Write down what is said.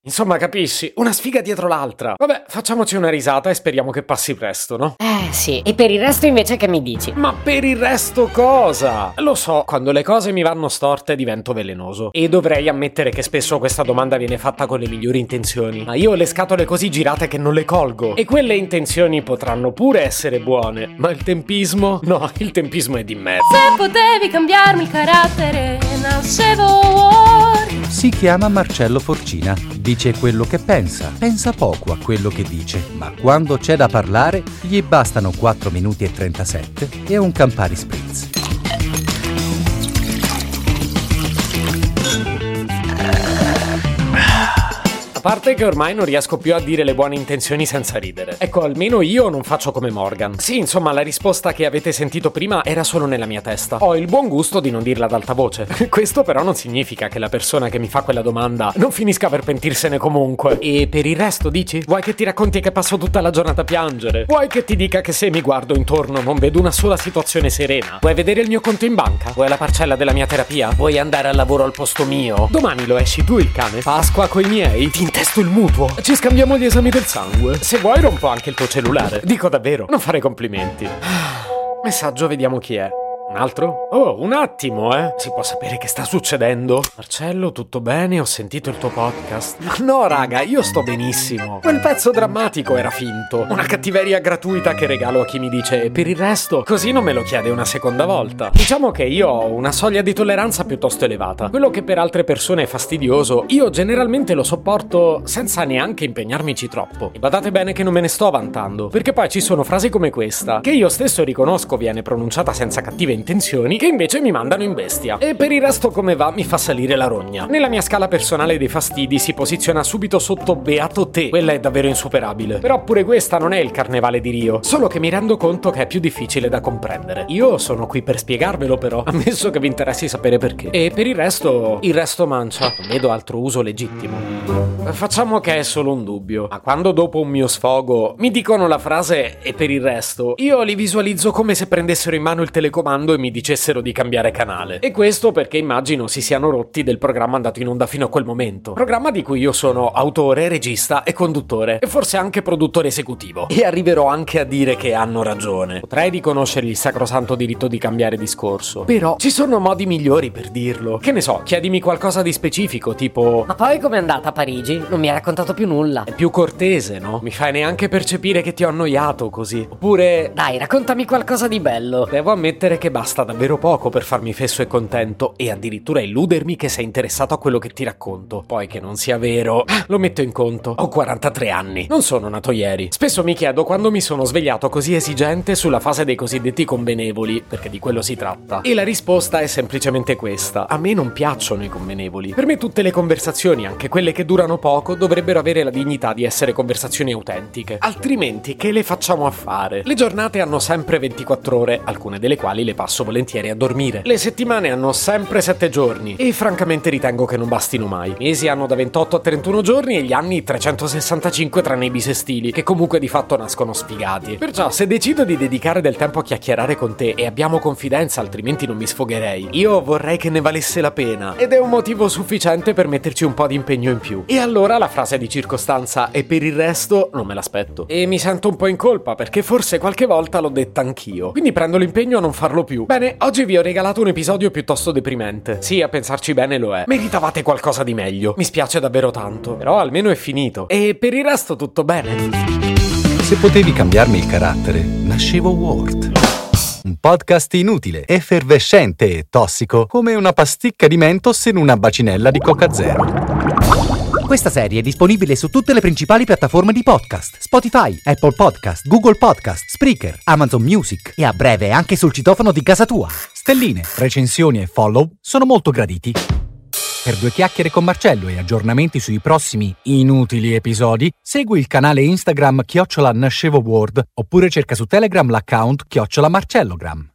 Insomma, capisci? Una sfiga dietro l'altra. Vabbè, facciamoci una risata e speriamo che passi presto, no? Sì. E per il resto invece che mi dici? Ma per il resto cosa? Lo so, quando le cose mi vanno storte divento velenoso. E dovrei ammettere che spesso questa domanda viene fatta con le migliori intenzioni. Ma io ho le scatole così girate che non le colgo. E quelle intenzioni potranno pure essere buone. Ma il tempismo? No, il tempismo è di merda. Se potevi cambiarmi il carattere, nascevo. Si chiama Marcello Forcina. Dice quello che pensa poco a quello che dice, ma quando c'è da parlare gli bastano 4 minuti e 37 e un Campari Spritz. A parte che ormai non riesco più a dire le buone intenzioni senza ridere. Ecco, almeno io non faccio come Morgan. Sì, insomma, la risposta che avete sentito prima era solo nella mia testa. Ho il buon gusto di non dirla ad alta voce. Questo però non significa che la persona che mi fa quella domanda non finisca per pentirsene comunque. E per il resto, dici? Vuoi che ti racconti che passo tutta la giornata a piangere? Vuoi che ti dica che se mi guardo intorno non vedo una sola situazione serena? Vuoi vedere il mio conto in banca? Vuoi la parcella della mia terapia? Vuoi andare al lavoro al posto mio? Domani lo esci tu il cane? Pasqua coi miei? Ti intesto il mutuo? Ci scambiamo gli esami del sangue? Se vuoi rompo anche il tuo cellulare. Dico davvero, non fare complimenti. Messaggio, vediamo chi è. Un altro? Oh, un attimo, Si può sapere che sta succedendo? Marcello, tutto bene? Ho sentito il tuo podcast. Ma no, raga, io sto benissimo. Quel pezzo drammatico era finto. Una cattiveria gratuita che regalo a chi mi dice per il resto, così non me lo chiede una seconda volta. Diciamo che io ho una soglia di tolleranza piuttosto elevata. Quello che per altre persone è fastidioso, io generalmente lo sopporto senza neanche impegnarmici troppo. E badate bene che non me ne sto vantando, perché poi ci sono frasi come questa, che io stesso riconosco viene pronunciata senza cattive intenzioni, che invece mi mandano in bestia. E per il resto come va mi fa salire la rogna. Nella mia scala personale dei fastidi si posiziona subito sotto beato te. Quella è davvero insuperabile. Però pure questa non è il carnevale di Rio, solo che mi rendo conto che è più difficile da comprendere. Io sono qui per spiegarvelo però, ammesso che vi interessi sapere perché. E per il resto mancia. Non vedo altro uso legittimo. Facciamo che è solo un dubbio, ma quando dopo un mio sfogo mi dicono la frase e per il resto, io li visualizzo come se prendessero in mano il telecomando e mi dicessero di cambiare canale. E questo perché immagino si siano rotti del programma andato in onda fino a quel momento. Programma di cui io sono autore, regista e conduttore, e forse anche produttore esecutivo. E arriverò anche a dire che hanno ragione. Potrei riconoscergli il sacrosanto diritto di cambiare discorso, però ci sono modi migliori per dirlo. Che ne so, chiedimi qualcosa di specifico, tipo: Ma poi com'è andata a Parigi? Non mi ha raccontato più nulla. è più cortese, no? Mi fai neanche percepire che ti ho annoiato così. Oppure: Dai, raccontami qualcosa di bello. devo ammettere che basta davvero poco per farmi fesso e contento, e addirittura illudermi che sei interessato a quello che ti racconto. Poi che non sia vero, lo metto in conto. Ho 43 anni, non sono nato ieri. Spesso mi chiedo quando mi sono svegliato così esigente sulla fase dei cosiddetti convenevoli, perché di quello si tratta. E la risposta è semplicemente questa: a me non piacciono i convenevoli. Per me tutte le conversazioni, anche quelle che durano poco, dovrebbero avere la dignità di essere conversazioni autentiche. Altrimenti che le facciamo a fare? Le giornate hanno sempre 24 ore, alcune delle quali le passo volentieri a dormire. Le settimane hanno sempre 7 giorni e francamente ritengo che non bastino mai. I mesi hanno da 28 a 31 giorni e gli anni 365 tranne i bisestili, che comunque di fatto nascono sfigati. Perciò se decido di dedicare del tempo a chiacchierare con te, e abbiamo confidenza, altrimenti non mi sfogherei, io vorrei che ne valesse la pena, ed è un motivo sufficiente per metterci un po' di impegno in più. E allora la frase di circostanza "e per il resto" non me l'aspetto. E mi sento un po' in colpa, perché forse qualche volta l'ho detta anch'io. Quindi prendo l'impegno a non farlo più. Bene, oggi vi ho regalato un episodio piuttosto deprimente. Sì, a pensarci bene lo è. Meritavate qualcosa di meglio. Mi spiace davvero tanto. Però almeno è finito. E per il resto tutto bene. Se potevi cambiarmi il carattere, nascevo Word. Un podcast inutile, effervescente e tossico, come una pasticca di Mentos in una bacinella di Coca Zero. Questa serie è disponibile su tutte le principali piattaforme di podcast: Spotify, Apple Podcast, Google Podcast, Spreaker, Amazon Music e a breve anche sul citofono di casa tua. Stelline, recensioni e follow sono molto graditi. Per 2 chiacchiere con Marcello e aggiornamenti sui prossimi inutili episodi, segui il canale Instagram @NascevoWord oppure cerca su Telegram l'account @MarcelloGram.